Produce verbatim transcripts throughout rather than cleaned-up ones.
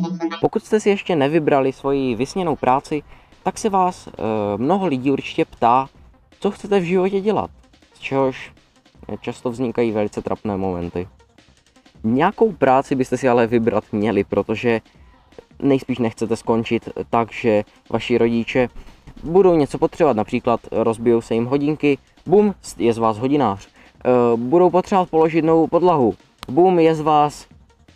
Pokud jste si ještě nevybrali svoji vysněnou práci, tak se vás e, mnoho lidí určitě ptá, co chcete v životě dělat, z čehož často vznikají velice trapné momenty. Nějakou práci byste si ale vybrat měli, protože nejspíš nechcete skončit tak, že vaši rodiče budou něco potřebovat, například rozbijou se jim hodinky, bum, je z vás hodinář. E, budou potřebovat položit novou podlahu, bum, je z vás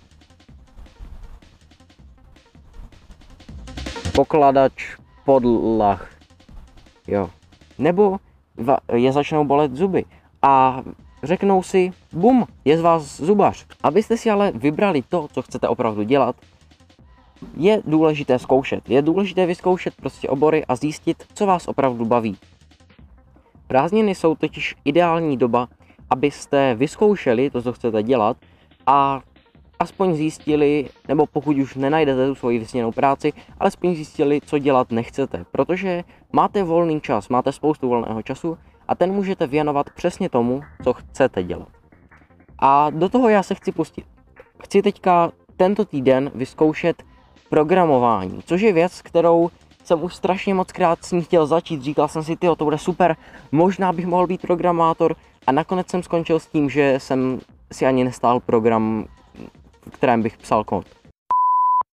pokladač podlah. Jo. Nebo je začnou bolet zuby a řeknou si, bum, je z vás zubař. Abyste si ale vybrali to, co chcete opravdu dělat, je důležité zkoušet. Je důležité vyzkoušet prostě obory a zjistit, co vás opravdu baví. Prázdniny jsou totiž ideální doba, abyste vyzkoušeli to, co chcete dělat a aspoň zjistili, nebo pokud už nenajdete tu svoji vysněnou práci, alespoň zjistili, co dělat nechcete, protože máte volný čas, máte spoustu volného času a ten můžete věnovat přesně tomu, co chcete dělat. A do toho já se chci pustit. Chci teďka tento týden vyzkoušet programování, což je věc, kterou jsem už strašně moc krát s ní chtěl začít. Říkal jsem si, tyjo, to bude super, možná bych mohl být programátor a nakonec jsem skončil s tím, že jsem si ani nestál program, v kterém bych psal kód.